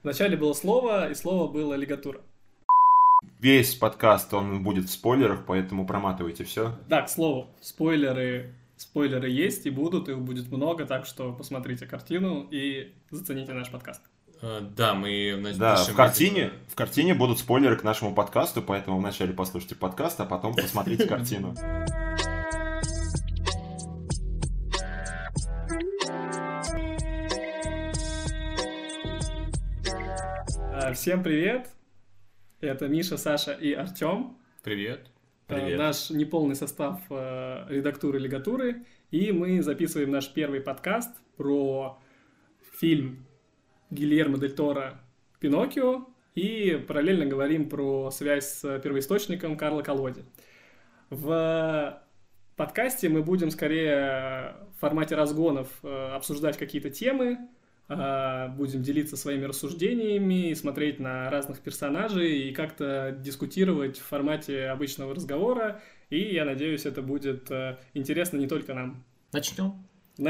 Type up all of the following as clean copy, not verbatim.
Вначале было слово, и слово было лигатура. Весь подкаст, он будет в спойлерах, поэтому проматывайте все. Да, к слову, спойлеры есть и будут, их будет много, так что посмотрите картину и зацените наш подкаст. Да, мы Да, в картине будут спойлеры к нашему подкасту, поэтому вначале послушайте подкаст, а потом посмотрите картину. Всем привет! Это Миша, Саша и Артем. Привет. Наш неполный состав редактуры лигатуры. И мы записываем наш первый подкаст про фильм Гильермо дель Торо «Пиноккио» и параллельно говорим про связь с первоисточником Карло Коллоди. В подкасте мы будем скорее в формате разгонов обсуждать какие-то темы, будем делиться своими рассуждениями, смотреть на разных персонажей и как-то дискутировать в формате обычного разговора. И я надеюсь, это будет интересно не только нам. Начнем.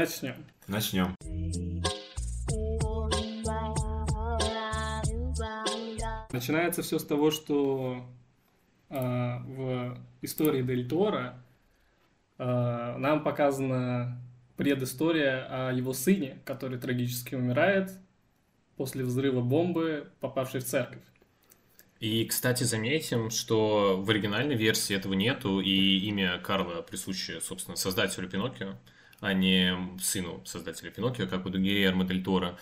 Начинается все с того, что в истории Дель Торо нам показана предыстория о его сыне, который трагически умирает после взрыва бомбы, попавшей в церковь. И, кстати, заметим, что в оригинальной версии этого нету, и имя Карла присуще, собственно, создателю Пиноккио, а не сыну создателя Пиноккио, как у Гильермо дель Торо.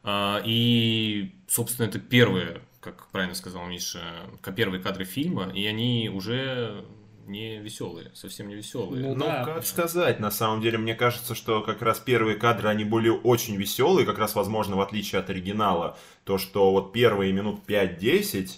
И, собственно, это первые, как правильно сказал Миша, первые кадры фильма, и они уже не веселые, совсем не веселые. Как сказать, на самом деле, мне кажется, что как раз первые кадры, они были очень веселые, как раз, возможно, в отличие от оригинала, то, что вот первые минут 5-10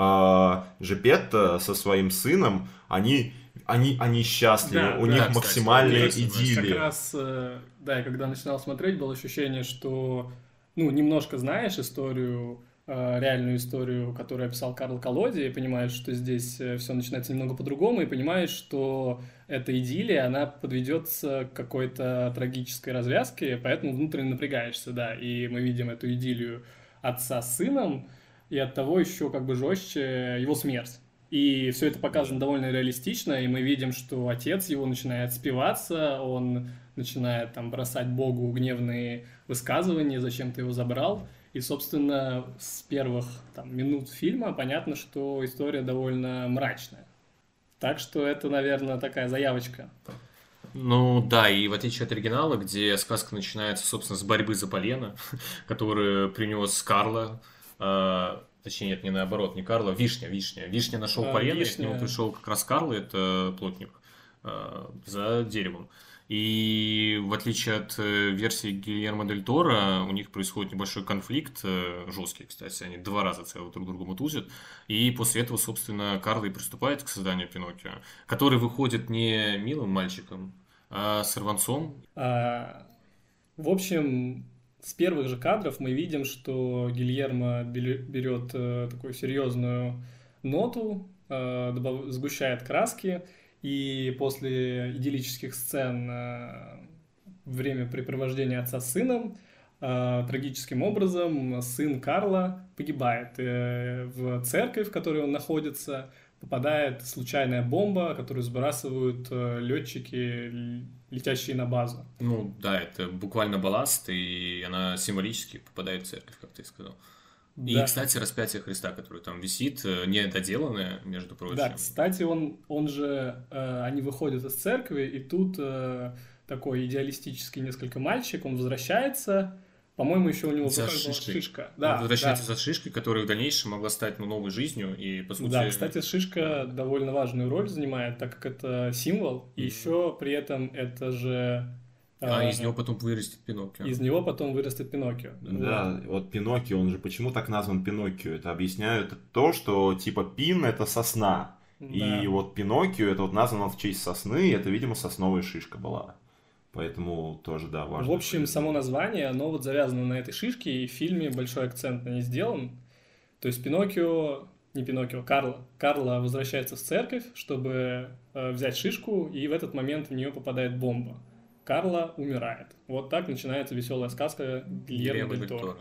Джепетто со своим сыном, они счастливы, да, у них максимальная идиллия. Как раз, я когда начинал смотреть, было ощущение, что, немножко знаешь историю, реальную историю, которую описал Карло Коллоди, и понимаешь, что здесь все начинается немного по-другому, и понимаешь, что эта идиллия, она подведется к какой-то трагической развязке, поэтому внутренне напрягаешься, да, и мы видим эту идиллию отца с сыном, и оттого еще как бы жестче его смерть. И все это показано довольно реалистично, и мы видим, что отец его начинает спиваться, он начинает там бросать Богу гневные высказывания, зачем ты его забрал. И, собственно, с первых минут фильма понятно, что история довольно мрачная. Так что это, наверное, такая заявочка. Да, и в отличие от оригинала, где сказка начинается, собственно, с борьбы за полено, которую принес Карло, точнее, нет, не наоборот, не Карло, Вишня. Вишня нашел полено, и к нему пришел как раз Карло, это плотник, за деревом. И в отличие от версии Гильермо дель Торо, у них происходит небольшой конфликт, жесткий, кстати, они 2 раза целого друг друга мутузят, и после этого, собственно, Карло и приступает к созданию Пиноккио, который выходит не милым мальчиком, а сорванцом. В общем, с первых же кадров мы видим, что Гильермо берет такую серьезную ноту, сгущает краски, и после идиллических сцен времяпрепровождения отца с сыном трагическим образом сын Карла погибает. В церковь, в которой он находится, попадает случайная бомба, которую сбрасывают летчики, летящие на базу. Это буквально балласт, и она символически попадает в церковь, как ты сказал. Да. И, кстати, распятие Христа, которое там висит, недоделанное, между прочим. Да, кстати, они выходят из церкви, и тут такой идеалистический несколько мальчик, он возвращается, по-моему, еще у него за была шишка. Да, он возвращается за шишкой, которая в дальнейшем могла стать новой жизнью, и, по сути... Да, кстати, шишка довольно важную роль занимает, так как это символ, и еще при этом это же... из него потом вырастет Пиноккио. Из него потом вырастет Пиноккио. Да, вот Пиноккио, он же почему так назван Пиноккио? Это объясняют то, что типа пин это сосна. Да. И вот Пиноккио это вот названо в честь сосны, и это, видимо, сосновая шишка была. Поэтому тоже, да, важно. В общем, само название, оно вот завязано на этой шишке, и в фильме большой акцент на ней сделан. То есть Карло возвращается в церковь, чтобы взять шишку, и в этот момент в нее попадает бомба. Карло умирает. Вот так начинается веселая сказка Гильермо дель Торо.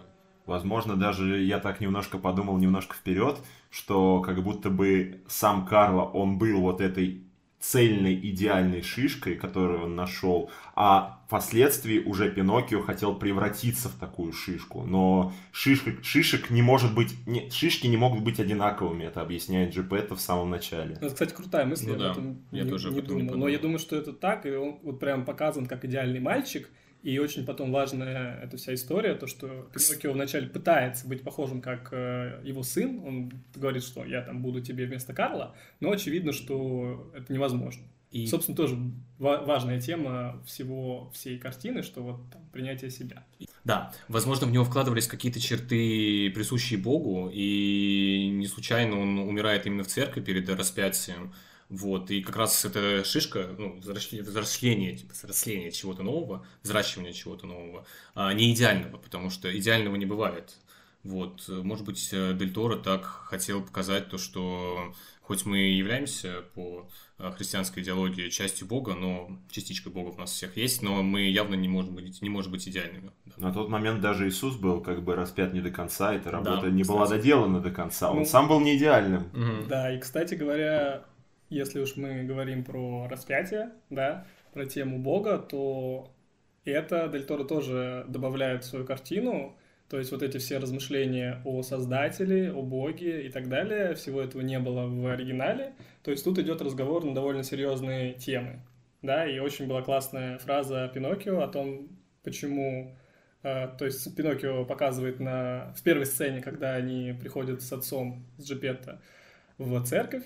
Возможно, даже я так немножко подумал немножко вперед, что как будто бы сам Карло, он был вот этой цельной, идеальной шишкой, которую он нашел, а впоследствии уже Пиноккио хотел превратиться в такую шишку. Но шишек не может быть, шишки не могут быть одинаковыми, это объясняет Джепетто в самом начале. Это, кстати, крутая мысль, Ну я да, об этом я тоже об этом не думал. Но я думаю, что это так, и он вот прям показан как идеальный мальчик. И очень потом важная эта вся история, то, что Пиноккио вначале пытается быть похожим как его сын, он говорит, что я там буду тебе вместо Карла, но очевидно, что это невозможно. И, собственно, тоже важная тема всей картины, что вот там, принятие себя. Да, возможно, в него вкладывались какие-то черты, присущие Богу, и не случайно он умирает именно в церкви перед распятием. Вот, и как раз эта шишка, ну, взросление чего-то нового, взращивание чего-то нового, не идеального, потому что идеального не бывает. Вот, может быть, Дель Торо так хотел показать то, что хоть мы и являемся по христианской идеологии частью Бога, но частичка Бога у нас всех есть, но мы явно не можем быть идеальными. На тот момент даже Иисус был как бы распят не до конца, эта работа Да, не кстати. была доделана до конца, он сам был не идеальным. Да, и, кстати говоря, если уж мы говорим про распятие, да, про тему Бога, то это Дель Торо тоже добавляет в свою картину. То есть вот эти все размышления о Создателе, о Боге и так далее, всего этого не было в оригинале. То есть тут идет разговор на довольно серьезные темы. Да, и очень была классная фраза Пиноккио о том, почему... То есть Пиноккио показывает в первой сцене, когда они приходят с отцом, с Джепетто, в церковь,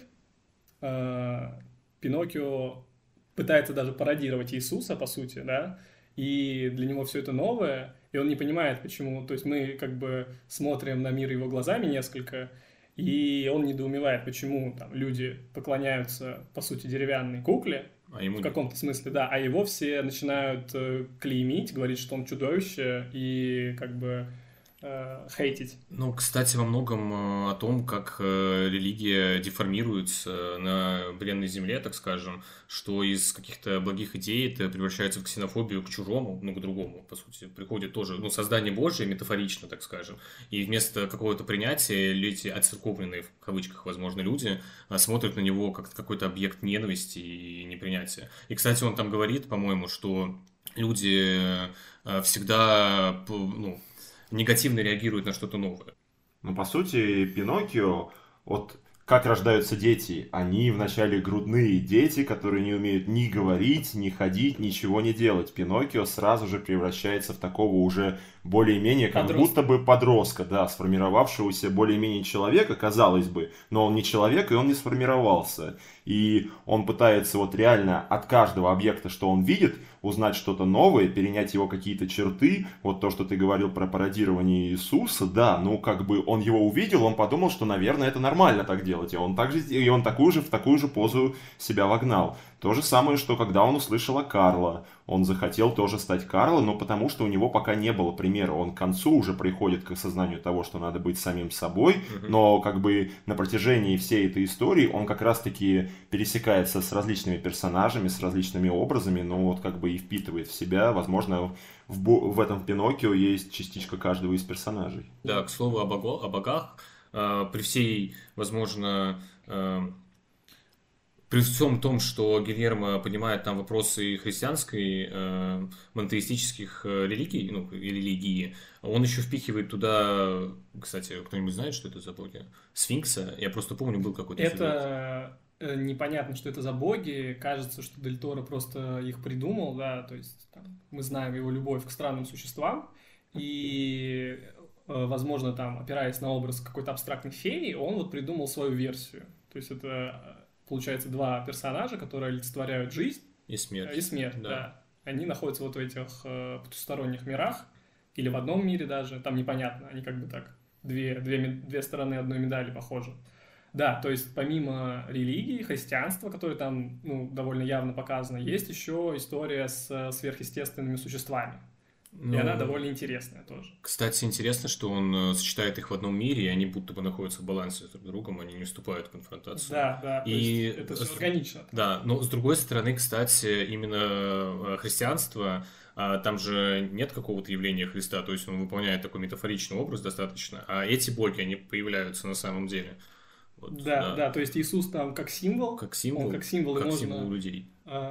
Пиноккио пытается даже пародировать Иисуса, по сути, да, и для него все это новое, и он не понимает, почему, то есть мы как бы смотрим на мир его глазами несколько, и он недоумевает, почему там люди поклоняются, по сути, деревянной кукле, в каком-то смысле, да, а его все начинают клеймить, говорить, что он чудовище, и как бы хейтить. Ну, кстати, во многом о том, как религия деформируется на бренной земле, так скажем, что из каких-то благих идей это превращается в ксенофобию к чужому, ну, к другому, по сути. Приходит тоже, ну, создание Божие метафорично, так скажем, и вместо какого-то принятия эти отцерковленные, в кавычках, возможно, люди смотрят на него как какой-то объект ненависти и непринятия. И, кстати, он там говорит, по-моему, что люди всегда, ну, негативно реагирует на что-то новое. Ну, по сути, Пиноккио, вот как рождаются дети, они вначале грудные дети, которые не умеют ни говорить, ни ходить, ничего не делать. Пиноккио сразу же превращается в такого уже более-менее как будто бы подростка, да, сформировавшегося более-менее человека, казалось бы, но он не человек, и он не сформировался. И он пытается вот реально от каждого объекта, что он видит, узнать что-то новое, перенять его какие-то черты. Вот то, что ты говорил про пародирование Иисуса, да, ну как бы он его увидел, он подумал, что, наверное, это нормально так делать, и он в такую же позу себя вогнал. То же самое, что когда он услышал о Карло, он захотел тоже стать Карло, но потому что у него пока не было примера, он к концу уже приходит к осознанию того, что надо быть самим собой, но как бы на протяжении всей этой истории он как раз-таки пересекается с различными персонажами, с различными образами, но вот как бы и впитывает в себя, возможно, в этом Пиноккио есть частичка каждого из персонажей. Да, к слову о богах, при всей, возможно, при всем том, что Гильермо поднимает там вопросы христианской, монотеистических религий, ну, религии, он еще впихивает туда, кстати, кто-нибудь знает, что это за боги? Сфинкса? Я просто помню, был какой-то сюжет. Это непонятно, что это за боги. Кажется, что Дель Торо просто их придумал, да, то есть там, мы знаем его любовь к странным существам, и, возможно, там, опираясь на образ какой-то абстрактной феи, он вот придумал свою версию. То есть это... Получается, два персонажа, которые олицетворяют жизнь и смерть. И смерть, да. Они находятся вот в этих потусторонних мирах, или в одном мире даже, там непонятно, они как бы так, две стороны одной медали похожи. Да, то есть помимо религии, христианства, которое там довольно явно показано, есть еще история с сверхъестественными существами. И она довольно интересная тоже. Кстати, интересно, что он сочетает их в одном мире, и они будто бы находятся в балансе друг с другом, они не вступают в конфронтацию. Да, и это все органично. Да, но с другой стороны, кстати, именно христианство, там же нет какого-то явления Христа, то есть он выполняет такой метафоричный образ достаточно, а эти боги, они появляются на самом деле. Вот, да, то есть Иисус там как символ. Как символ, он как символ, как и символ можно... людей.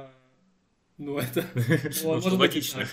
Ну, это... Может, логично.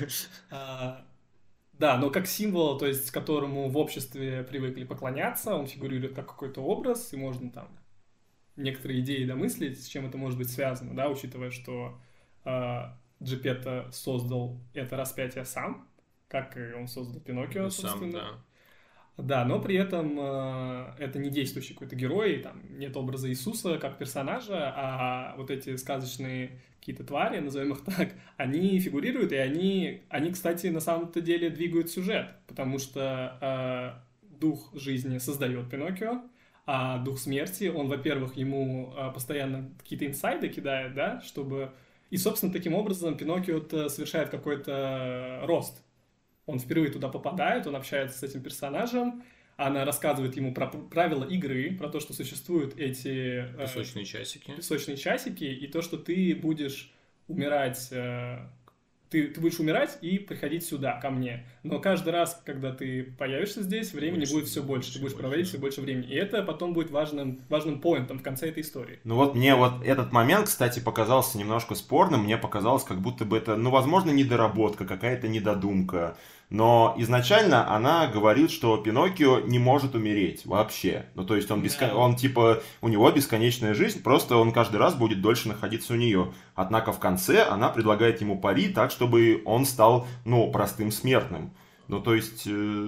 Да, но как символ, то есть к которому в обществе привыкли поклоняться, он фигурирует как какой-то образ, и можно там некоторые идеи домыслить, с чем это может быть связано, да, учитывая, что Джепетто создал это распятие сам, как и он создал Пиноккио, собственно. Сам, да. Да, но при этом это не действующий какой-то герой, там нет образа Иисуса как персонажа, а вот эти сказочные какие-то твари, назовем их так, они фигурируют, и они, кстати, на самом-то деле двигают сюжет, потому что дух жизни создает Пиноккио, а дух смерти, он, во-первых, ему постоянно какие-то инсайды кидает, да, чтобы... И, собственно, таким образом Пиноккио совершает какой-то рост. Он впервые туда попадает, он общается с этим персонажем, она рассказывает ему про правила игры, про то, что существуют эти... Песочные часики. И то, что ты будешь умирать... Ты будешь умирать и приходить сюда, ко мне. Но каждый раз, когда ты появишься здесь, времени будет все больше. Ты будешь проводить все больше времени. И это потом будет важным поинтом в конце этой истории. Ну вот мне вот этот момент, кстати, показался немножко спорным. Мне показалось, как будто бы это, возможно, недоработка, какая-то недодумка. Но изначально она говорит, что Пиноккио не может умереть вообще. Ну, то есть он типа, у него бесконечная жизнь, просто он каждый раз будет дольше находиться у нее. Однако в конце она предлагает ему пари так, чтобы он стал, простым смертным. Ну, то есть,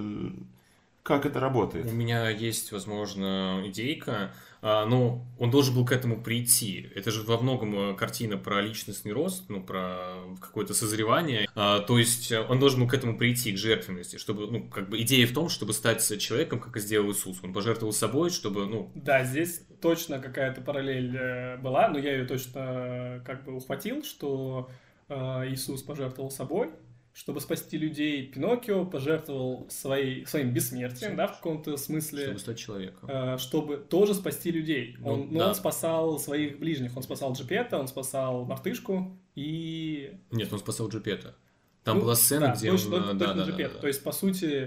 как это работает? У меня есть, возможно, идейка. Но он должен был к этому прийти. Это же во многом картина про личностный рост, про какое-то созревание. То есть он должен был к этому прийти, к жертвенности, чтобы, идея в том, чтобы стать человеком, как и сделал Иисус. Он пожертвовал собой, чтобы, Да, здесь точно какая-то параллель была, но я ее точно ухватил, что Иисус пожертвовал собой, чтобы спасти людей. Пиноккио пожертвовал своим бессмертием, да, в каком-то смысле. Чтобы стать человеком. Чтобы тоже спасти людей. Он спасал своих ближних. Он спасал Джепетто, он спасал мартышку и... Нет, он спасал Джепетто. Там была сцена, где он... Джепетто. То есть, по сути,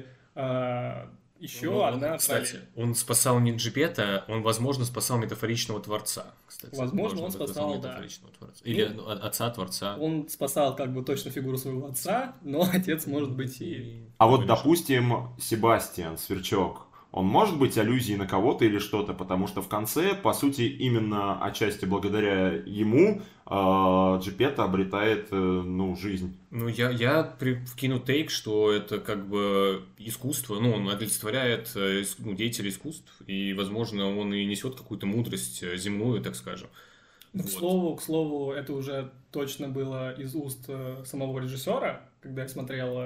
еще одна... Кстати, он спасал не Джепетто, он, возможно, спасал метафоричного Творца. Кстати, возможно, он спасал, метафоричного Творца. Или отца Творца. Он спасал точно фигуру своего отца, но отец может быть и... А вот, допустим, Себастьян, Сверчок, он может быть аллюзией на кого-то или что-то, потому что в конце, по сути, именно отчасти благодаря ему Джепетто обретает, жизнь. Я вкину тейк, что это искусство, он олицетворяет деятеля искусств, и, возможно, он и несет какую-то мудрость земную, так скажем. К слову, это уже точно было из уст самого режиссера, когда я смотрел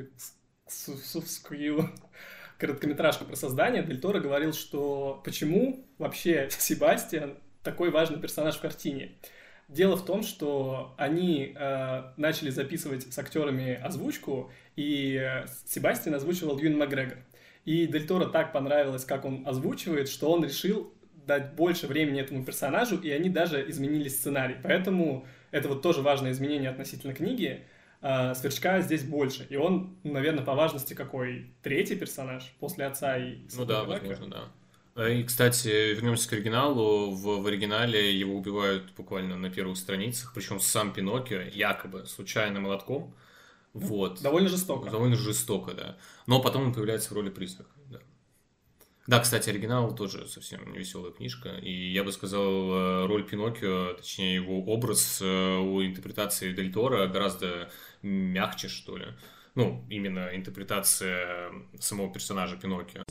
Netflix-скую короткометражку про создание, Дель Торо говорил, что почему вообще Себастьян такой важный персонаж в картине. Дело в том, что они начали записывать с актерами озвучку, и Себастьян озвучивал Юэн Макгрегор. И Дель Торо так понравилось, как он озвучивает, что он решил дать больше времени этому персонажу, и они даже изменили сценарий. Поэтому это тоже важное изменение относительно книги. Сверчка здесь больше. И он, наверное, по важности какой? Третий персонаж после отца и... возможно, да. И, кстати, вернемся к оригиналу. В оригинале его убивают буквально на первых страницах, причем сам Пиноккио, якобы, случайно молотком. Вот. Довольно жестоко. Довольно жестоко, да. Но потом он появляется в роли призрака, да. Да, кстати, оригинал тоже совсем не веселая книжка, и я бы сказал, роль Пиноккио, точнее его образ у интерпретации Дель Торо гораздо мягче, что ли. Именно интерпретация самого персонажа Пиноккио.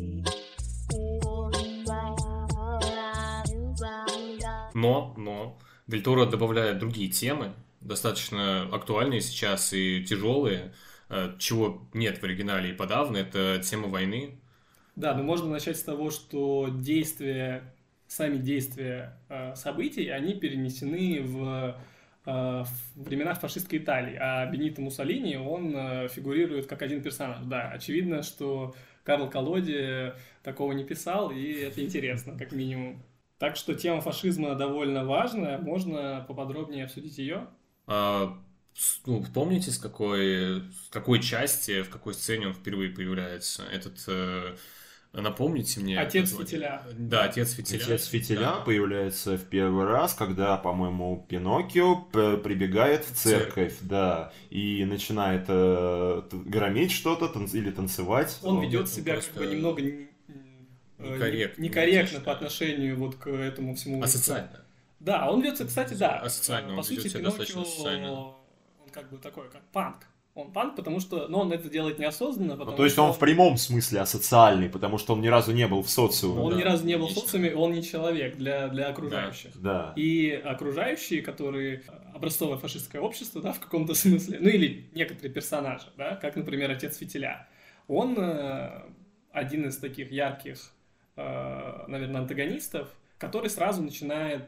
Но Дель Торо добавляет другие темы, достаточно актуальные сейчас и тяжелые, чего нет в оригинале и подавно, это тема войны. Да, но можно начать с того, что сами действия событий, они перенесены в в времена фашистской Италии, а Бенито Муссолини, он фигурирует как один персонаж. Да, очевидно, что Карл Колоди такого не писал, и это интересно, как минимум. Так что тема фашизма довольно важная, можно поподробнее обсудить ее? Ну, помните, с какой части, в какой сцене он впервые появляется? Напомните мне. Отец Фитиля. Да, отец Фитиля. Отец Фитиля Да. появляется в первый раз, когда, по-моему, Пиноккио прибегает в церковь, да, и начинает громить что-то или танцевать. Он ведет ну, себя просто как бы немного некорректно по отношению вот к этому всему. Асоциально. Да, он ведется, кстати, да. Асоциально, По он ведет сути, себя достаточно Пиноккио, асоциально. он как бы такой, как панк. Он панк, потому что, но он это делает неосознанно, потому Ну, то есть что он в прямом смысле асоциальный, потому что он ни разу не был в социуме. он да, ни разу не был в логично. социуме, он не человек для окружающих. Да. И окружающие, которые образцовое фашистское общество, да, в каком-то смысле, ну или некоторые персонажи, да, как, например, отец Фитиля, он один из таких ярких, наверное, антагонистов, который сразу начинает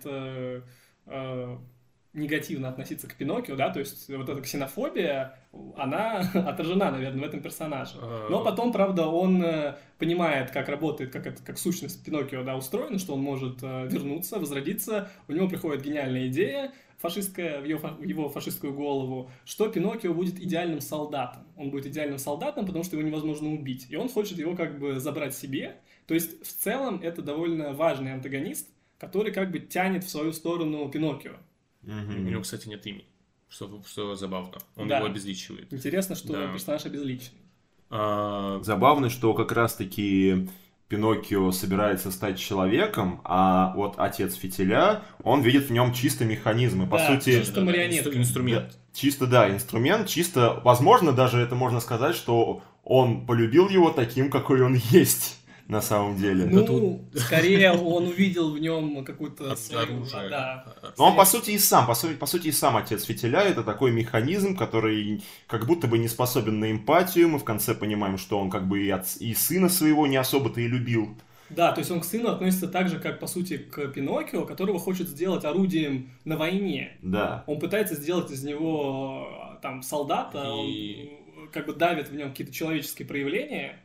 негативно относиться к Пиноккио, да, то есть вот эта ксенофобия, она отражена, наверное, в этом персонаже. Но потом, правда, он понимает, как работает, как сущность Пиноккио, да, устроена, что он может вернуться, возродиться, у него приходит гениальная идея фашистская в его фашистскую голову, что Пиноккио будет идеальным солдатом. Он будет идеальным солдатом, потому что его невозможно убить, и он хочет его как бы забрать себе. То есть, в целом, это довольно важный антагонист, который как бы тянет в свою сторону Пиноккио. У него, кстати, нет имени, что забавно. Он Да. его обезличивает. Интересно, что Да. персонаж обезличенный. Забавно, что как раз-таки Пиноккио собирается стать человеком, а вот отец Фитиля, он видит в нем чисто механизм. И, по Да, сути, чисто марионетка. Инструмент. чисто, да, инструмент, чисто, возможно, даже это можно сказать, что он полюбил его таким, какой он есть на самом деле. Ну, скорее он увидел в нем какую-то свою, Оружие. да. Но он, по сути, и сам отец Фитиля, это такой механизм, который как будто бы не способен на эмпатию. Мы в конце понимаем, что он как бы и сына своего не особо-то и любил. Да, то есть он к сыну относится так же, как, по сути, к Пиноккио, которого хочет сделать орудием на войне. Да. Он пытается сделать из него там солдата, И- он как бы давит в нем какие-то человеческие проявления,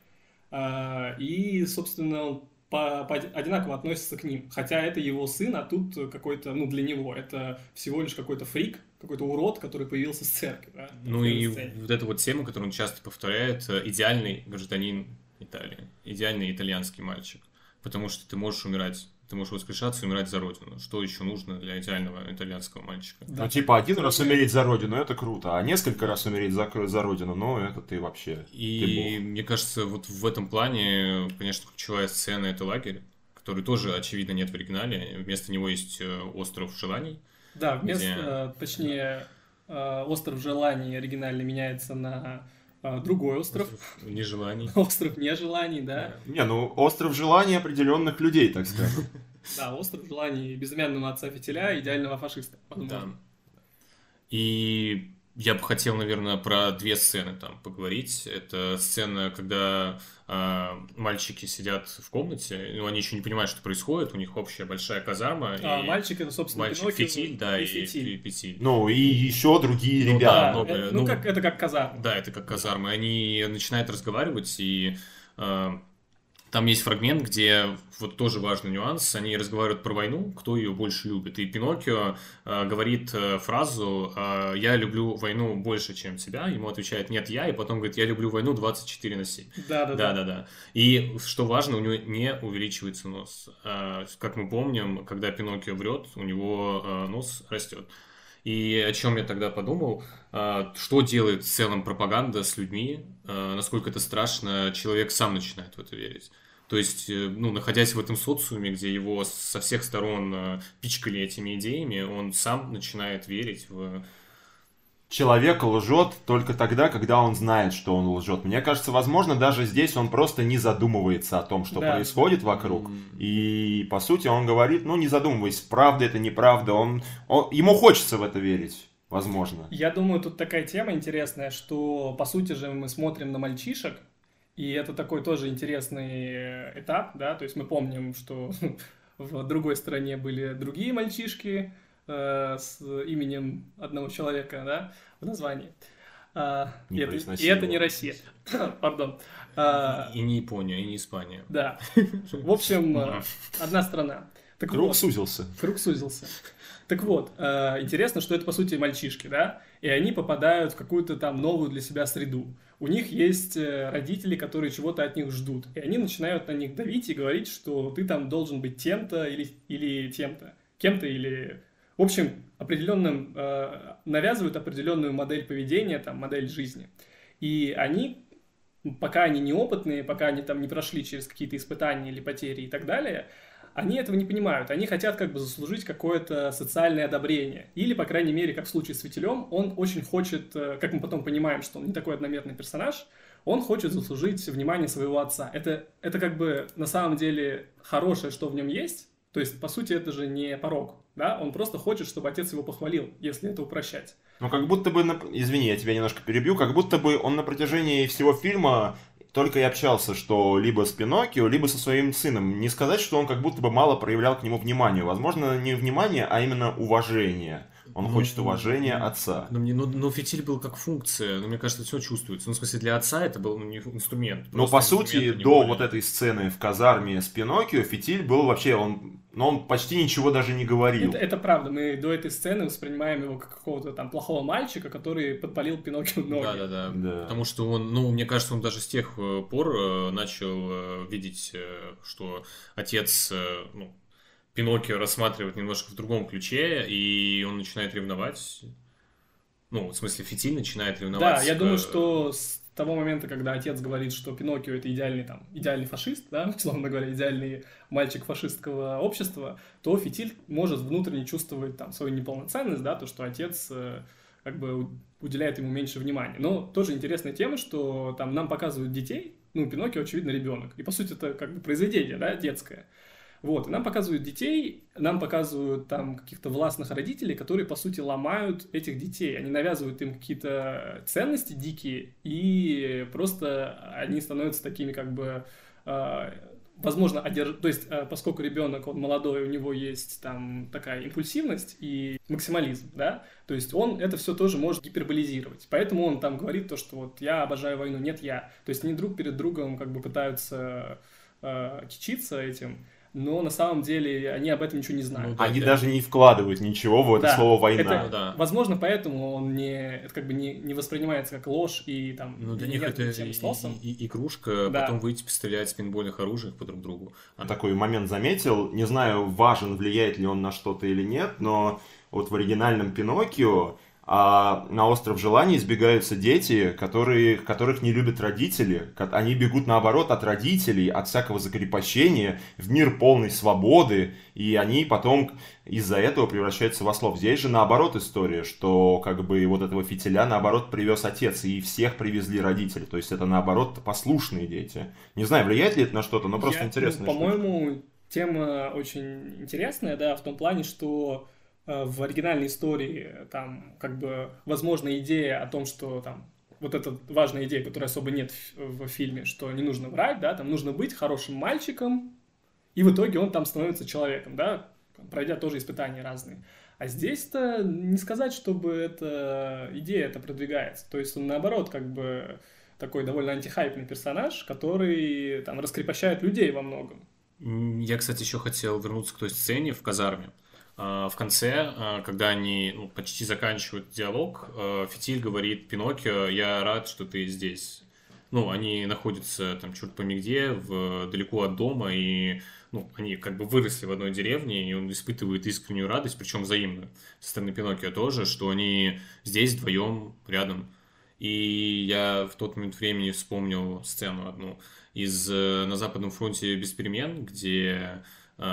и, собственно, он одинаково относится к ним. Хотя это его сын, а тут какой-то, ну, для него это всего лишь какой-то фрик, какой-то урод, который появился с церкви. Да, Ну в и первой сцене. вот эта вот тема, которую он часто повторяет, идеальный гражданин Италии, идеальный итальянский мальчик. Потому что ты можешь умирать, ты можешь воскрешаться и умирать за родину. Что еще нужно для идеального итальянского мальчика? Да. Ну, типа, один раз умереть за родину, это круто, а несколько раз умереть за родину, ну, это ты вообще, И ты бог. мне кажется, вот в этом плане, конечно, ключевая сцена — это лагерь, который тоже, очевидно, нет в оригинале. Вместо него есть остров желаний. Да, где- точнее, остров желаний оригинально меняется на другой остров. Нежеланий. Остров нежеланий, да. Не, ну, остров желаний определенных людей, так скажем. Да, остров желаний безымянного отца Фитиля, идеального фашиста. Да. возможно. И я бы хотел, наверное, про две сцены там поговорить. Это сцена, когда мальчики сидят в комнате, ну, они еще не понимают, что происходит, у них общая большая казарма. И Мальчик это, собственно, мальчик Пиноккио Фитиль, да, и Фитиль. Фитиль. Ну, и еще другие Ну, ребята. да, Да, много, ну, ну, это как казарма. Да, это как казармы. Они начинают разговаривать, и там есть фрагмент, где вот тоже важный нюанс. Они разговаривают про войну, кто ее больше любит. И Пиноккио говорит фразу «Я люблю войну больше, чем тебя». Ему отвечает «Нет, я». И потом говорит «Я люблю войну 24/7». Да. Да. И что важно, у него не увеличивается нос. Как мы помним, когда Пиноккио врет, у него нос растет. И о чем я тогда подумал, что делает в целом пропаганда с людьми, насколько это страшно, человек сам начинает в это верить. То есть, ну, находясь в этом социуме, где его со всех сторон пичкали этими идеями, он сам начинает верить в... Человек лжет только тогда, когда он знает, что он лжет. Мне кажется, возможно, даже здесь он просто не задумывается о том, что Да. происходит вокруг. И, по сути, он говорит, ну, не задумывайся, правда это, неправда. Ему хочется в это верить, возможно. Я думаю, тут такая тема интересная, что, по сути же, мы смотрим на мальчишек, и это такой тоже интересный этап, да, то есть мы помним, что в другой стране были другие мальчишки, с именем одного человека, да, в названии. Не И произноси это его. не Россия. Пардон. И не Япония, и не Испания. Да. В общем, одна страна. Так Круг вот, сузился. круг сузился. Так вот, интересно, что это, по сути, мальчишки, да? И они попадают в какую-то там новую для себя среду. У них есть родители, которые чего-то от них ждут. И они начинают на них давить и говорить, что ты там должен быть тем-то или тем-то. Кем-то или... В общем, навязывают определенную модель поведения, там, модель жизни. И они, пока они неопытные, пока они там не прошли через какие-то испытания или потери и так далее, они этого не понимают. Они хотят как бы заслужить какое-то социальное одобрение. Или, по крайней мере, как в случае с Фитилем, он очень хочет, как мы потом понимаем, что он не такой одномерный персонаж, он хочет заслужить внимание своего отца. Это как бы на самом деле хорошее, что в нем есть. То есть, по сути, это же не порок. Да? Он просто хочет, чтобы отец его похвалил, если это упрощать. Ну, как будто бы, извини, я тебя немножко перебью, как будто бы он на протяжении всего фильма только и общался, что либо с Пиноккио, либо со своим сыном. Не сказать, что он как будто бы мало проявлял к нему внимания. Возможно, не внимание, а именно уважение. Он хочет уважения отца. Но фитиль был как функция, но мне кажется, все чувствуется. Ну, в смысле, для отца это был не инструмент. Но по сути, до вот этой сцены в казарме с Пиноккио, фитиль был вообще, он почти ничего даже не говорил. Это правда, мы до этой сцены воспринимаем его как какого-то там плохого мальчика, который подпалил Пиноккио ноги. Да. Потому что он, мне кажется, он даже с тех пор начал видеть, что отец, Пиноккио рассматривает немножко в другом ключе, и он начинает ревновать. В смысле, фитиль начинает ревновать. Да, я думаю, что с того момента, когда отец говорит, что Пиноккио это идеальный фашист, да, условно говоря, идеальный мальчик фашистского общества, то фитиль может внутренне чувствовать там свою неполноценность, да, то, что отец как бы уделяет ему меньше внимания. Но тоже интересная тема, что там нам показывают детей, Пиноккио, очевидно, ребенок. И, по сути, это как бы произведение, да, детское. Вот, и нам показывают детей, нам показывают там каких-то властных родителей, которые, по сути, ломают этих детей. Они навязывают им какие-то ценности дикие, и просто они становятся такими как бы... возможно, то есть, поскольку ребенок, он молодой, у него есть там такая импульсивность и максимализм, да, то есть он это все тоже может гиперболизировать. Поэтому он там говорит то, что вот я обожаю войну, нет я. То есть они друг перед другом как бы пытаются кичиться этим, но на самом деле они об этом ничего не знают. Они даже не вкладывают ничего в это слово «война». Возможно, поэтому он не воспринимается как ложь и там... для них это игрушка, потом выйти пострелять с пейнтбольных оружиях по друг другу. Такой момент заметил, не знаю, влияет ли он на что-то или нет, но вот в оригинальном Пиноккио на остров желаний избегаются дети, которых не любят родители. Они бегут, наоборот, от родителей, от всякого закрепощения, в мир полной свободы, и они потом из-за этого превращаются в ослов. Здесь же наоборот история, что как бы вот этого фитиля, наоборот, привез отец, и всех привезли родители. То есть это, наоборот, послушные дети. Не знаю, влияет ли это на что-то, но просто интересно. По-моему, тема очень интересная, да, в том плане, что в оригинальной истории там как бы возможна идея о том, что там вот эта важная идея, которой особо нет в фильме, что не нужно врать, да, там нужно быть хорошим мальчиком, и в итоге он там становится человеком, да, пройдя тоже испытания разные. А здесь-то не сказать, чтобы эта идея продвигается. То есть он наоборот как бы такой довольно антихайпный персонаж, который там раскрепощает людей во многом. Я, кстати, еще хотел вернуться к той сцене в казарме. В конце, когда они почти заканчивают диалог, Фитиль говорит: Пиноккио, я рад, что ты здесь. Они находятся там черт пойми где, далеко от дома, и они как бы выросли в одной деревне, и он испытывает искреннюю радость, причем взаимную, со стороны Пиноккио тоже, что они здесь вдвоем рядом. И я в тот момент времени вспомнил сцену одну из «На Западном фронте без перемен», где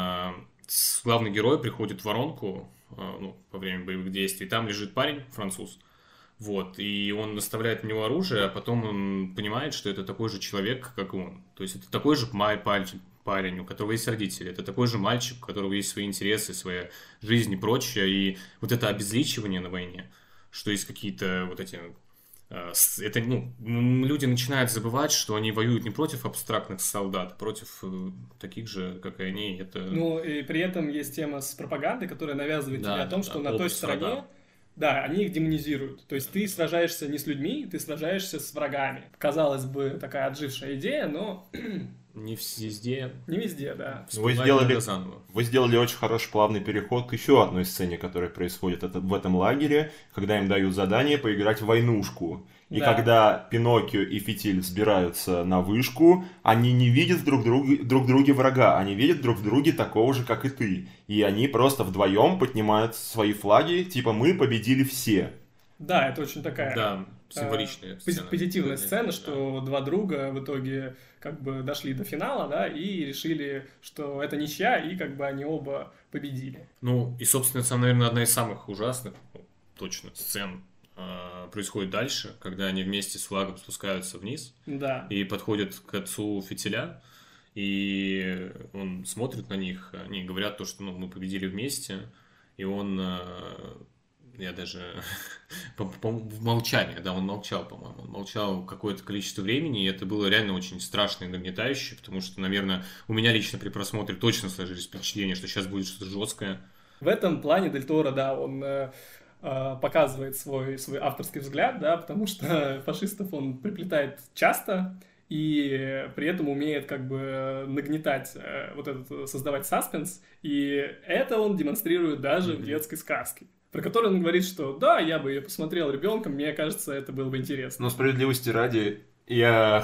главный герой приходит в воронку во время боевых действий, там лежит парень, француз, вот, и он наставляет на него оружие, а потом он понимает, что это такой же человек, как и он. То есть это такой же парень, у которого есть родители, это такой же мальчик, у которого есть свои интересы, своя жизнь и прочее, и вот это обезличивание на войне, что есть какие-то вот эти Это, люди начинают забывать, что они воюют не против абстрактных солдат, а против таких же, как и они. Это... Ну, и при этом есть тема с пропагандой, которая навязывает тебе о том, что на той стороне, врага. да, они их демонизируют. То есть ты сражаешься не с людьми, ты сражаешься с врагами. Казалось бы, такая отжившая идея, но... Не везде. Не везде, да. Вы сделали очень хороший плавный переход к еще одной сцене, которая происходит в этом лагере, когда им дают задание поиграть в войнушку. И Да. когда Пиноккио и Фитиль взбираются на вышку, они не видят друг в друге врага, они видят друг в друге такого же, как и ты. И они просто вдвоем поднимают свои флаги, типа «мы победили все». Да, это очень такая... Да, символичная сцена. Позитивная сцена, что два друга в итоге как бы дошли до финала, да, и решили, что это ничья, и как бы они оба победили. Ну, и, собственно, это, наверное, одна из самых ужасных, точно, сцен происходит дальше, когда они вместе с флагом спускаются вниз Да. и подходят к отцу Фитиля, и он смотрит на них, они говорят то, что мы победили вместе, и он... Я даже в молчании, да, он молчал, по-моему. Он молчал какое-то количество времени, и это было реально очень страшно и нагнетающе, потому что, наверное, у меня лично при просмотре точно сложились впечатления, что сейчас будет что-то жесткое. В этом плане Дель Торо, да, он показывает свой авторский взгляд, да, потому что фашистов он приплетает часто, и при этом умеет как бы нагнетать, создавать саспенс, и это он демонстрирует даже в детской сказке, про которую он говорит, что да, я бы ее посмотрел ребенком, мне кажется, это было бы интересно. Но справедливости ради, я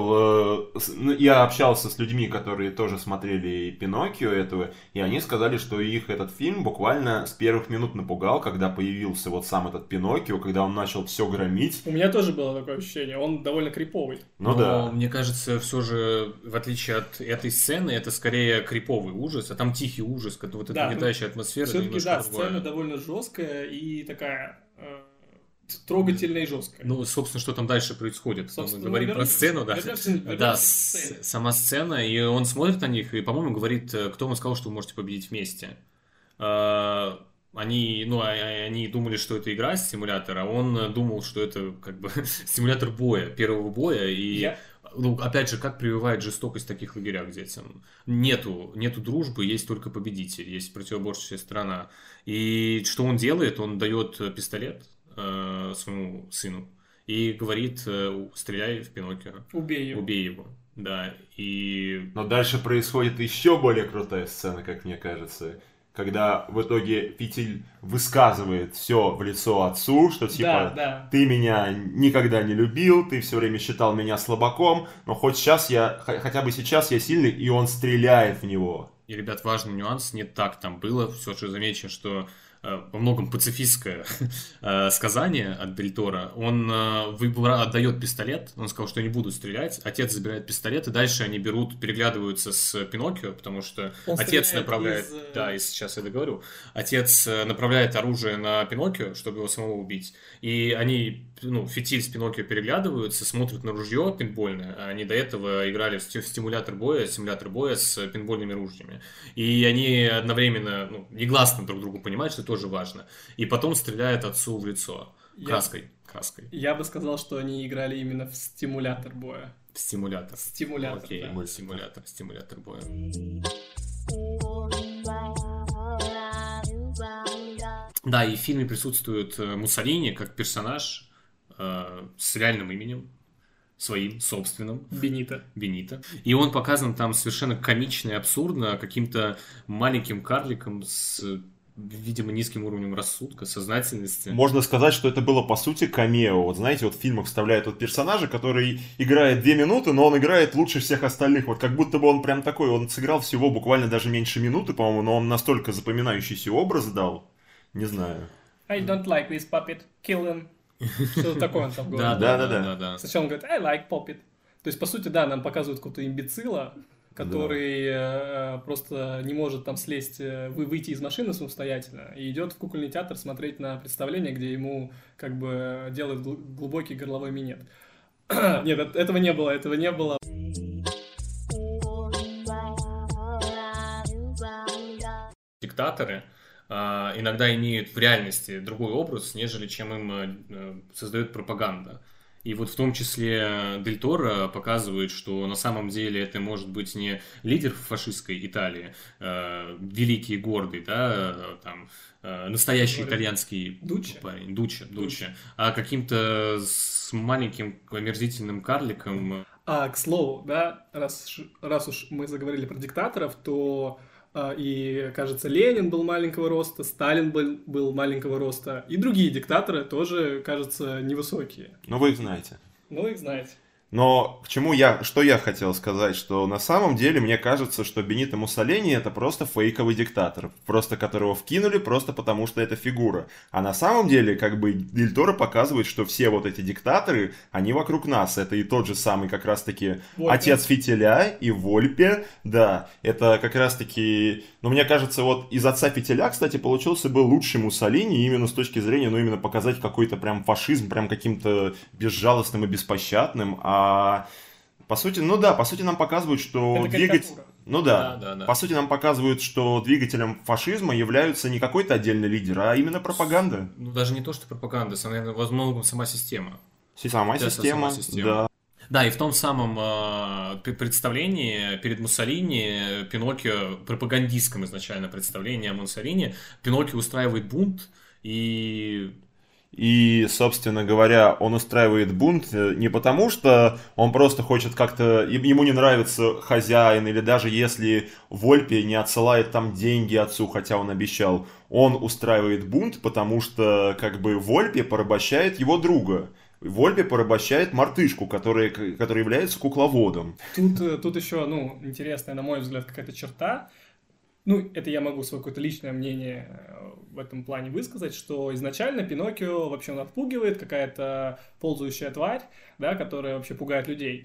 общался с людьми, которые тоже смотрели Пиноккио этого, и они сказали, что их этот фильм буквально с первых минут напугал, когда появился вот сам этот Пиноккио, когда он начал все громить. У меня тоже было такое ощущение, он довольно криповый. Но да. Мне кажется, все же, в отличие от этой сцены, это скорее криповый ужас, а там тихий ужас, вот эта нагнетающая атмосфера. Все-таки, да, сцена довольно жесткая и такая... трогательная и жесткая. Ну, собственно, что там дальше происходит? Собственно, Он говорит про сцену, да. Да, сама сцена, и он смотрит на них, и, по-моему, говорит, кто вам сказал, что вы можете победить вместе. Они думали, что это игра, симулятор, а он думал, что это как бы симулятор боя, первого боя, и... опять же, как прививает жестокость в таких лагерях детям? Нету дружбы, есть только победитель, есть противоборствующая сторона. И что он делает? Он дает пистолет своему сыну и говорит: стреляй в Пиноккио. Убей его. Да, и... Но дальше происходит еще более крутая сцена, как мне кажется, когда в итоге Фитиль высказывает все в лицо отцу, что типа ты меня никогда не любил, ты все время считал меня слабаком, но хотя бы сейчас я сильный, и он стреляет в него. И, ребят, важный нюанс, не так там было, все же замечу, что во многом пацифистское сказание от Дель Торо. Он отдает пистолет, он сказал, что не буду стрелять, отец забирает пистолет, и дальше они переглядываются с Пиноккио, потому что он отец направляет... Да, и сейчас я договорю. Отец направляет оружие на Пиноккио, чтобы его самого убить, и они, Фитиль с Пиноккио переглядываются, смотрят на ружье пинбольное, а они до этого играли в симулятор боя с пинбольными ружьями. И они одновременно, негласно друг другу понимают, что это тоже важно. И потом стреляет отцу в лицо краской. Я бы сказал, что они играли именно в стимулятор боя. В стимулятор. Окей, да. Стимулятор боя. Да, и в фильме присутствует Муссолини как персонаж с реальным именем, своим собственным. Бенито. И он показан там совершенно комично и абсурдно каким-то маленьким карликом с, видимо, низким уровнем рассудка, сознательности. Можно сказать, что это было, по сути, камео. Вот знаете, вот в фильмах вставляют вот персонажа, который играет 2 минуты, но он играет лучше всех остальных. Вот как будто бы он прям такой, он сыграл всего буквально даже меньше минуты, по-моему, но он настолько запоминающийся образ дал. Не знаю. I don't like this puppet. Kill him. Что-то такое он там говорит. Да. Сначала он говорит, I like puppet. То есть, по сути, да, нам показывают какого-то имбецила, который просто не может там слезть, выйти из машины самостоятельно и идет в кукольный театр смотреть на представление, где ему как бы делают глубокий горловой минет. Нет, этого не было. Диктаторы, иногда имеют в реальности другой образ, нежели чем им создает пропаганда. И вот в том числе Дель Торо показывает, что на самом деле это может быть не лидер фашистской Италии, великий и гордый, да, там, настоящий итальянский парень, Дуччи, а каким-то с маленьким омерзительным карликом. К слову, да, раз уж мы заговорили про диктаторов, то и, кажется, Ленин был маленького роста, Сталин был маленького роста, и другие диктаторы тоже, кажется, невысокие. Ну, вы их знаете. Ну, их знаете. Но что я хотел сказать, что на самом деле мне кажется, что Бенито Муссолини это просто фейковый диктатор, просто которого вкинули просто потому, что это фигура. А на самом деле, как бы, Дель Торо показывает, что все вот эти диктаторы, они вокруг нас. Это и тот же самый как раз-таки Вольпе. отец Фитиля и Вольпе, да, это как раз-таки... Но мне кажется, вот из отца Фитиля, кстати, получился бы лучший Муссолини, именно с точки зрения, ну, именно показать какой-то прям фашизм, прям каким-то безжалостным и беспощадным, по сути, нам показывают, что по сути, нам показывают, что двигателем фашизма являются не какой-то отдельный лидер, а именно пропаганда. Ну, даже не то, что пропаганда, наверное, во многом сама система. Сама система, да. Да, и в том самом представлении перед Муссолини Пиноккио, пропагандистском изначально представлении о Муссолини, Пиноккио устраивает бунт, И, собственно говоря, он устраивает бунт не потому, что он просто хочет как-то... Ему не нравится хозяин, или даже если Вольпе не отсылает там деньги отцу, хотя он обещал, он устраивает бунт, потому что как бы Вольпе порабощает его друга. Вольпе порабощает мартышку, который является кукловодом. Тут еще, интересная, на мой взгляд, какая-то черта. Это я могу свое какое-то личное мнение в этом плане высказать, что изначально Пиноккио вообще он отпугивает, какая-то ползающая тварь, да, которая вообще пугает людей.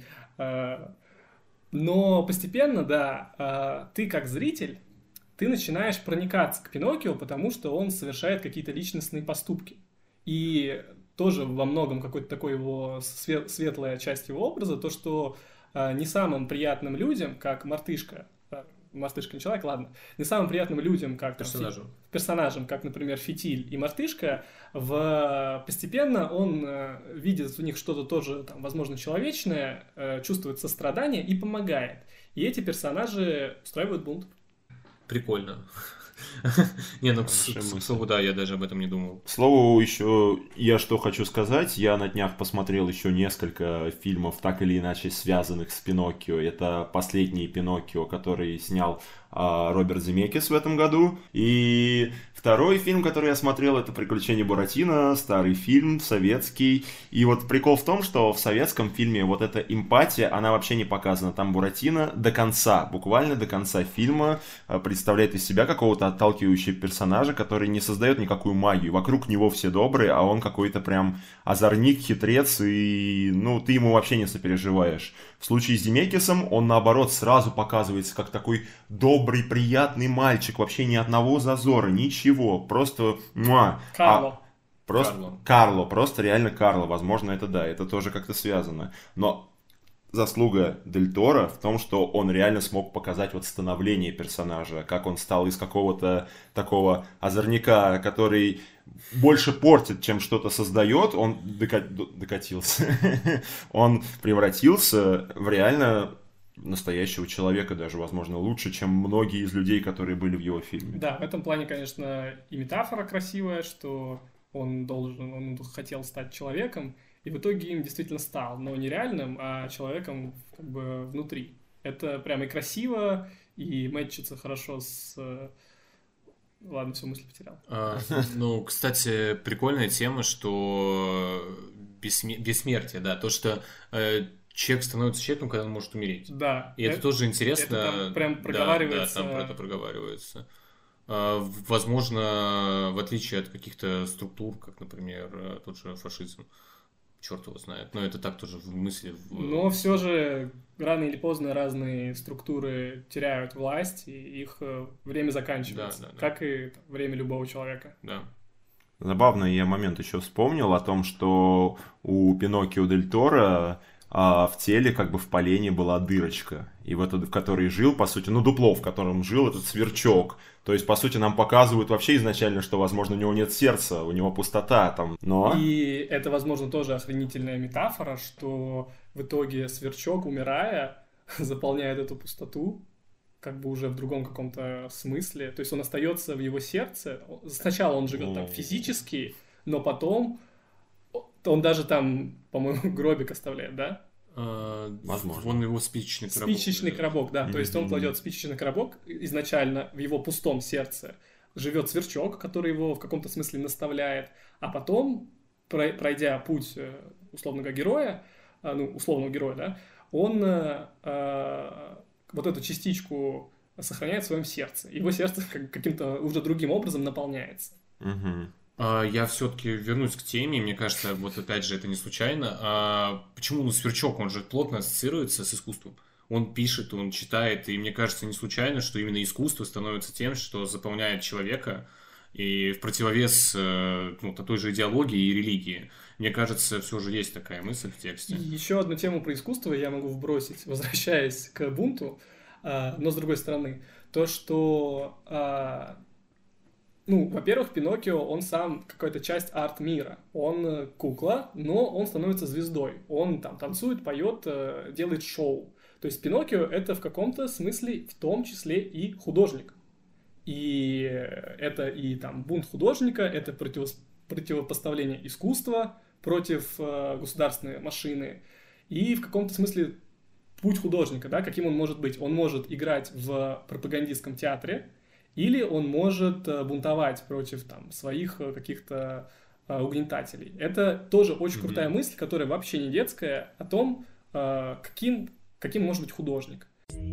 Но постепенно, да, ты как зритель, ты начинаешь проникаться к Пиноккио, потому что он совершает какие-то личностные поступки. И тоже во многом какой-то такой его светлая часть его образа, то, что не самым приятным людям, как мартышка не человек, ладно, не самым приятным людям, как персонажам, как, например, Фитиль и мартышка, постепенно он видит в них что-то тоже, там, возможно, человечное, чувствует сострадание и помогает. И эти персонажи устраивают бунт. Прикольно. Не, к слову, да, я даже об этом не думал. К слову, еще я что хочу сказать, я на днях посмотрел еще несколько фильмов, так или иначе связанных с Пиноккио. Это последний Пиноккио, который снял Роберт Земекис в этом году. И второй фильм, который я смотрел, это «Приключения Буратино», старый фильм, советский. И вот прикол в том, что в советском фильме вот эта эмпатия, она вообще не показана. Там Буратино до конца, буквально до конца фильма представляет из себя какого-то отталкивающего персонажа, который не создает никакую магию. Вокруг него все добрые, а он какой-то прям озорник, хитрец, и ты ему вообще не сопереживаешь. В случае с Земекисом он, наоборот, сразу показывается как такой добрый, приятный мальчик, вообще ни одного зазора, ничего, просто... Карло, просто реально Карло, возможно, это да, это тоже как-то связано. Но заслуга Дель Торо в том, что он реально смог показать вот становление персонажа, как он стал из какого-то такого озорника, который больше портит, чем что-то создает, он докатился. Он превратился в реально настоящего человека, даже, возможно, лучше, чем многие из людей, которые были в его фильме. Да, в этом плане, конечно, и метафора красивая, что он хотел стать человеком, и в итоге им действительно стал, но не реальным, а человеком как бы внутри. Это прямо и красиво, и мэтчится хорошо с... Ладно, все, мысль потерял. Кстати, прикольная тема, что бессмертие, да, то, что человек становится человеком, когда он может умереть. Да. И это тоже интересно. Это там прям проговаривается. Да, там про это проговаривается. Возможно, в отличие от каких-то структур, как, например, тот же фашизм. Черт его знает. Но это так тоже в мысли. Но все же рано или поздно разные структуры теряют власть, и их время заканчивается. Да. Как и время любого человека. Да. Забавно, я момент еще вспомнил о том, что у Пиноккио Дель Торо а в теле, как бы в полене была дырочка, и в которой жил, по сути, ну, дупло, в котором жил этот сверчок. То есть, по сути, нам показывают вообще изначально, что, возможно, у него нет сердца, у него пустота там, но... И это, возможно, тоже охренительная метафора, что в итоге сверчок, умирая, заполняет эту пустоту, как бы уже в другом каком-то смысле. То есть он остается в его сердце. Сначала он живет там физически, но потом он даже там, по-моему, гробик оставляет, да? Возможно. Вон его спичечный коробок. Спичечный коробок, да. То есть он кладет спичечный коробок, изначально в его пустом сердце живет сверчок, который его в каком-то смысле наставляет, а потом, пройдя путь условного героя, да, он вот эту частичку сохраняет в своем сердце. Его сердце каким-то уже другим образом наполняется. Я все-таки вернусь к теме, мне кажется, вот опять же это не случайно. Почему сверчок, он же плотно ассоциируется с искусством. Он пишет, он читает, и мне кажется не случайно, что именно искусство становится тем, что заполняет человека, и в противовес той же идеологии и религии. Мне кажется, все же есть такая мысль в тексте. И еще одну тему про искусство я могу вбросить, возвращаясь к бунту, но с другой стороны. То, что, во-первых, Пиноккио, он сам какая-то часть арт-мира. Он кукла, но он становится звездой. Он там танцует, поет, делает шоу. То есть Пиноккио — это в каком-то смысле в том числе и художник. И это и там бунт художника, это противопоставление искусства против государственной машины. И в каком-то смысле путь художника, да, каким он может быть. Он может играть в пропагандистском театре, или он может бунтовать против там своих каких-то угнетателей. Это тоже очень крутая мысль, которая вообще не детская, о том, каким может быть художник.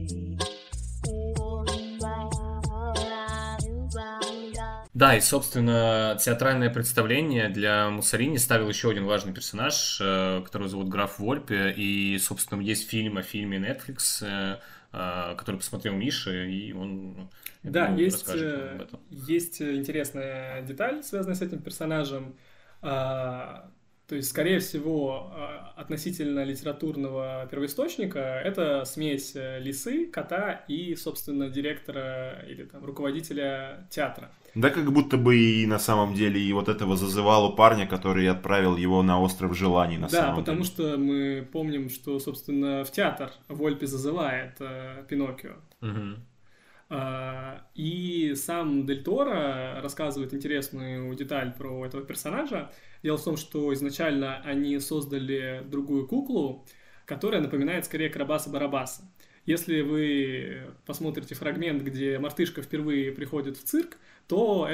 Да, и, собственно, театральное представление для Муссолини ставил еще один важный персонаж, которого зовут граф Вольпе, и, собственно, есть фильм о фильме Netflix, который посмотрел Миша, и он расскажет об этом. Есть интересная деталь, связанная с этим персонажем. То есть, скорее всего, относительно литературного первоисточника это смесь лисы, кота и, собственно, директора или там руководителя театра. Да, как будто бы и на самом деле и вот этого зазывалу парня, который отправил его на остров желаний на самом деле. Да, потому что мы помним, что, собственно, в театр Вольпе зазывает Пиноккио. И сам Дель Торо рассказывает интересную деталь про этого персонажа. Дело в том, что изначально они создали другую куклу, которая напоминает скорее Карабаса-Барабаса. Если вы посмотрите фрагмент, где мартышка впервые приходит в цирк, то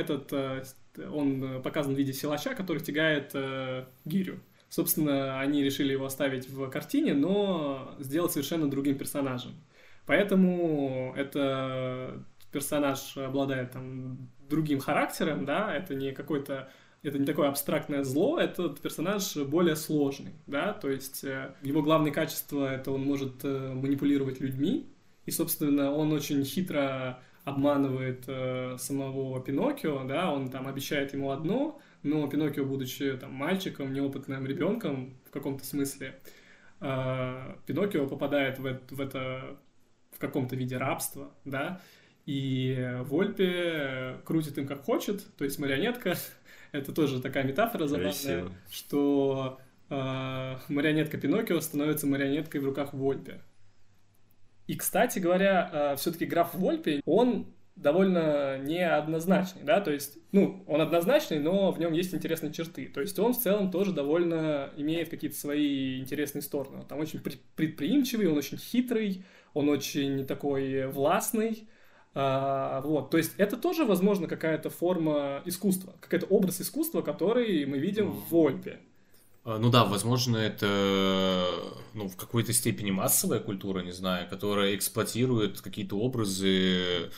он показан в виде силача, который тягает гирю. Собственно, они решили его оставить в картине, но сделать совершенно другим персонажем. Поэтому этот персонаж обладает там другим характером, да, это не такое абстрактное зло, этот персонаж более сложный, да, то есть его главное качество — это он может манипулировать людьми, и, собственно, он очень хитро обманывает самого Пиноккио, да, он там обещает ему одно, но Пиноккио, будучи там мальчиком, неопытным ребенком в каком-то смысле, Пиноккио попадает в это в каком-то виде рабства, да, и Вольпе крутит им как хочет, то есть марионетка. Это тоже такая метафора забавная, что марионетка Пиноккио становится марионеткой в руках Вольпе. И, кстати говоря, все-таки граф Вольпе, он довольно неоднозначный, да, то есть, он однозначный, но в нем есть интересные черты. То есть он в целом тоже довольно имеет какие-то свои интересные стороны. Он там очень предприимчивый, он очень хитрый, он очень такой властный. То есть это тоже, возможно, какая-то форма искусства, какой-то образ искусства, который мы видим в Вольпе. Возможно, это в какой-то степени массовая культура, не знаю, которая эксплуатирует какие-то образы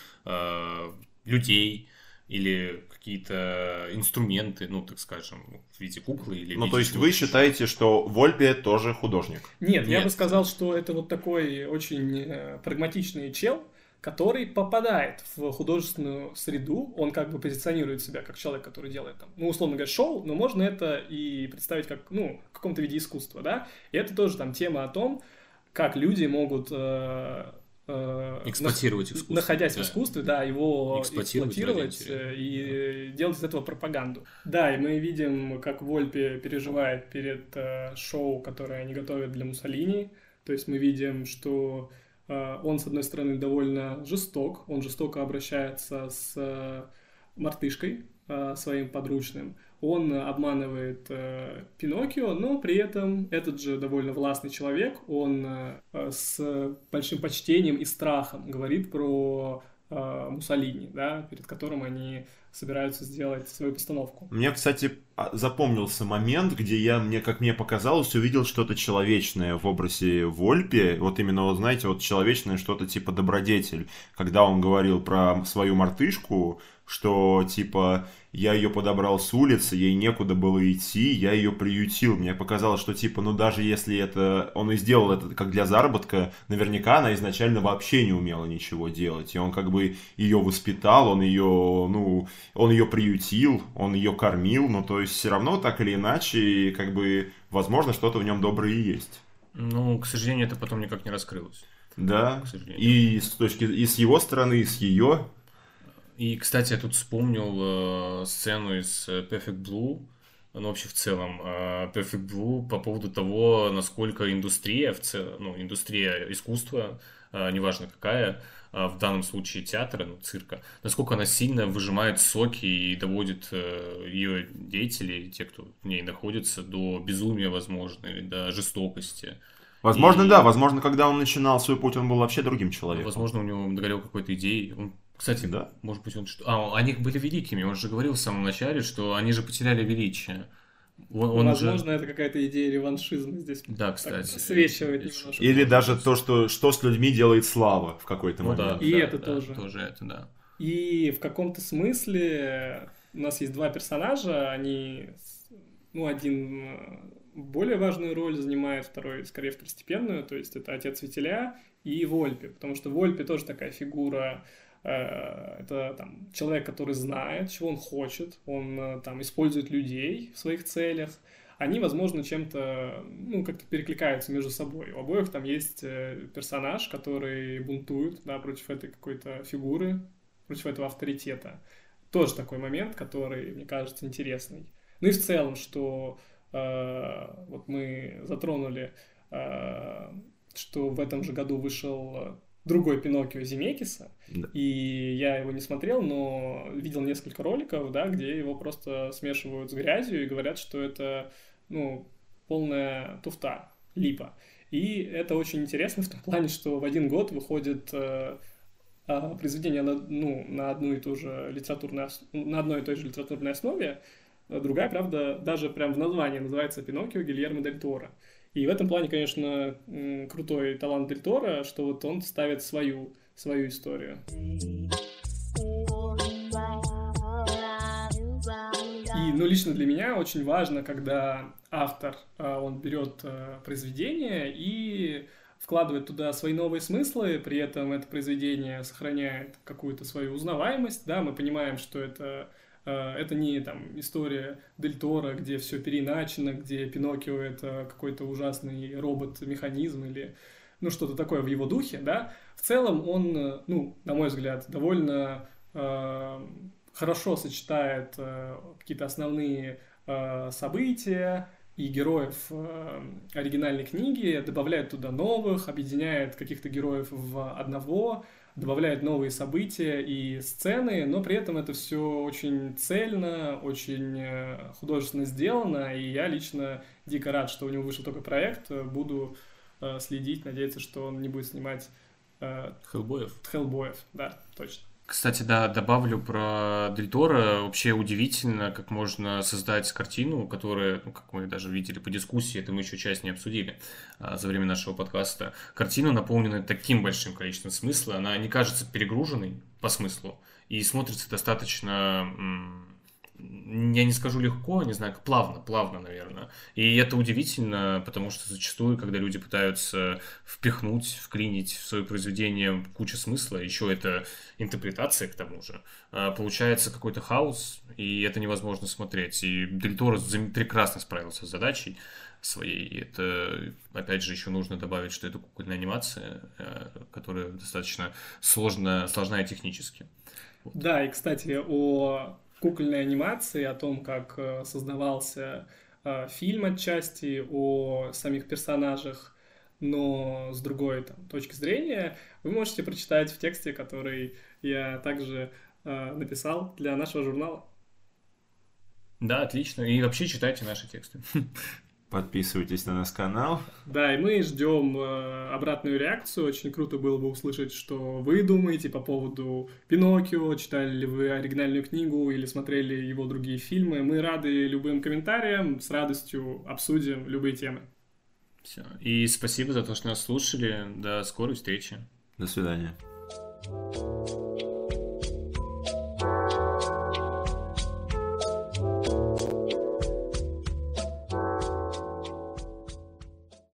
людей или какие-то инструменты, так скажем, в виде куклы или в виде то есть вы считаете, что Вольпе тоже художник? Нет, я бы сказал, что это вот такой очень прагматичный чел, который попадает в художественную среду, он как бы позиционирует себя как человек, который делает там, ну, условно говоря, шоу, но можно это и представить как, ну, в каком-то виде искусства, да, и это тоже там тема о том, как люди могут эксплуатировать искусство. Находясь в искусстве, да, его эксплуатировать и делать из этого пропаганду. Да, и мы видим, как Вольпе переживает перед шоу, которое они готовят для Муссолини. То есть мы видим, что он, с одной стороны, довольно жесток, он жестоко обращается с мартышкой, своим подручным. Он обманывает Пиноккио, но при этом этот же довольно властный человек, он с большим почтением и страхом говорит про Муссолини, да, перед которым они собираются сделать свою постановку. Мне, кстати, запомнился момент, где я, как мне показалось, увидел что-то человечное в образе Вольпе. Вот именно, вот знаете, вот человечное что-то типа добродетель. Когда он говорил про свою мартышку, что типа я ее подобрал с улицы, ей некуда было идти, я ее приютил. Мне показалось, что типа, ну даже если это он и сделал это как для заработка, наверняка она изначально вообще не умела ничего делать. И он как бы ее воспитал, он ее приютил, он ее кормил, ну то есть все равно так или иначе, как бы, возможно, что-то в нем доброе и есть. Ну, к сожалению, это потом никак не раскрылось. Да, и с его стороны, и с ее. И, кстати, я тут вспомнил сцену из Perfect Blue, ну, вообще в целом, Perfect Blue по поводу того, насколько индустрия, индустрия искусства, неважно какая, в данном случае театра, цирка, насколько она сильно выжимает соки и доводит ее деятелей, те, кто в ней находится, до безумия, возможно, или до жестокости. Возможно, да. Возможно, когда он начинал свой путь, он был вообще другим человеком. Возможно, у него догорел какой-то идеей. Кстати, да? Может быть, он что... они были великими. Он же говорил в самом начале, что они же потеряли величие. Возможно, это какая-то идея реваншизма здесь. Да, кстати. Свечивает немножко. Или даже то, что с людьми делает слава в какой-то момент. Да, и это тоже. Тоже это, да. И в каком-то смысле у нас есть два персонажа, они... один более важную роль занимает, второй скорее второстепенную, то есть это отец Вителя и Вольпе, потому что Вольпе тоже такая фигура... Это там человек, который знает, чего он хочет, он там использует людей в своих целях. Они, возможно, чем-то, как-то перекликаются между собой. У обоих там есть персонаж, который бунтует, да, против этой какой-то фигуры, против этого авторитета. Тоже такой момент, который, мне кажется, интересный. Ну и в целом, что вот мы затронули, что в этом же году вышел другой Пиноккио Земекиса, да. И я его не смотрел, но видел несколько роликов, да, где его просто смешивают с грязью и говорят, что это, полная туфта, липа. И это очень интересно в том плане, что в один год выходит произведение на одной и той же литературной основе. Другая, правда, даже прям в названии называется «Пиноккио» Гильермо дель Торо. И в этом плане, конечно, крутой талант Дель Торо, что вот он ставит свою историю. И, лично для меня очень важно, когда автор, он берет произведение и вкладывает туда свои новые смыслы, при этом это произведение сохраняет какую-то свою узнаваемость, да, мы понимаем, что это не там история Дель Торо, где все переиначено, где Пиноккио — это какой-то ужасный робот-механизм или что-то такое в его духе, да. В целом он, на мой взгляд, довольно хорошо сочетает какие-то основные события и героев оригинальной книги, добавляет туда новых, объединяет каких-то героев в одного, добавляет новые события и сцены, но при этом это все очень цельно, очень художественно сделано, и я лично дико рад, что у него вышел такой проект, буду следить, надеяться, что он не будет снимать Хеллбоев, да, точно. Кстати, да, добавлю про Дель Торо. Вообще удивительно, как можно создать картину, которая, как мы даже видели по дискуссии, это мы еще часть не обсудили за время нашего подкаста. Картина наполнена таким большим количеством смысла, она не кажется перегруженной по смыслу и смотрится достаточно я не скажу легко, не знаю, плавно, наверное. И это удивительно, потому что зачастую, когда люди пытаются впихнуть, вклинить в свое произведение кучу смысла, еще это интерпретация к тому же, получается какой-то хаос, и это невозможно смотреть. И Дель Торо прекрасно справился с задачей своей. И это, опять же, еще нужно добавить, что это кукольная анимация, которая достаточно сложная технически. Вот. Да, и, кстати, о кукольной анимации, о том, как создавался фильм отчасти, о самих персонажах, но с другой там, точки зрения, вы можете прочитать в тексте, который я также написал для нашего журнала. Да, отлично. И вообще читайте наши тексты. Подписывайтесь на наш канал. Да, и мы ждем обратную реакцию. Очень круто было бы услышать, что вы думаете по поводу Пиноккио, читали ли вы оригинальную книгу или смотрели его другие фильмы. Мы рады любым комментариям, с радостью обсудим любые темы. Все. И спасибо за то, что нас слушали. До скорой встречи. До свидания.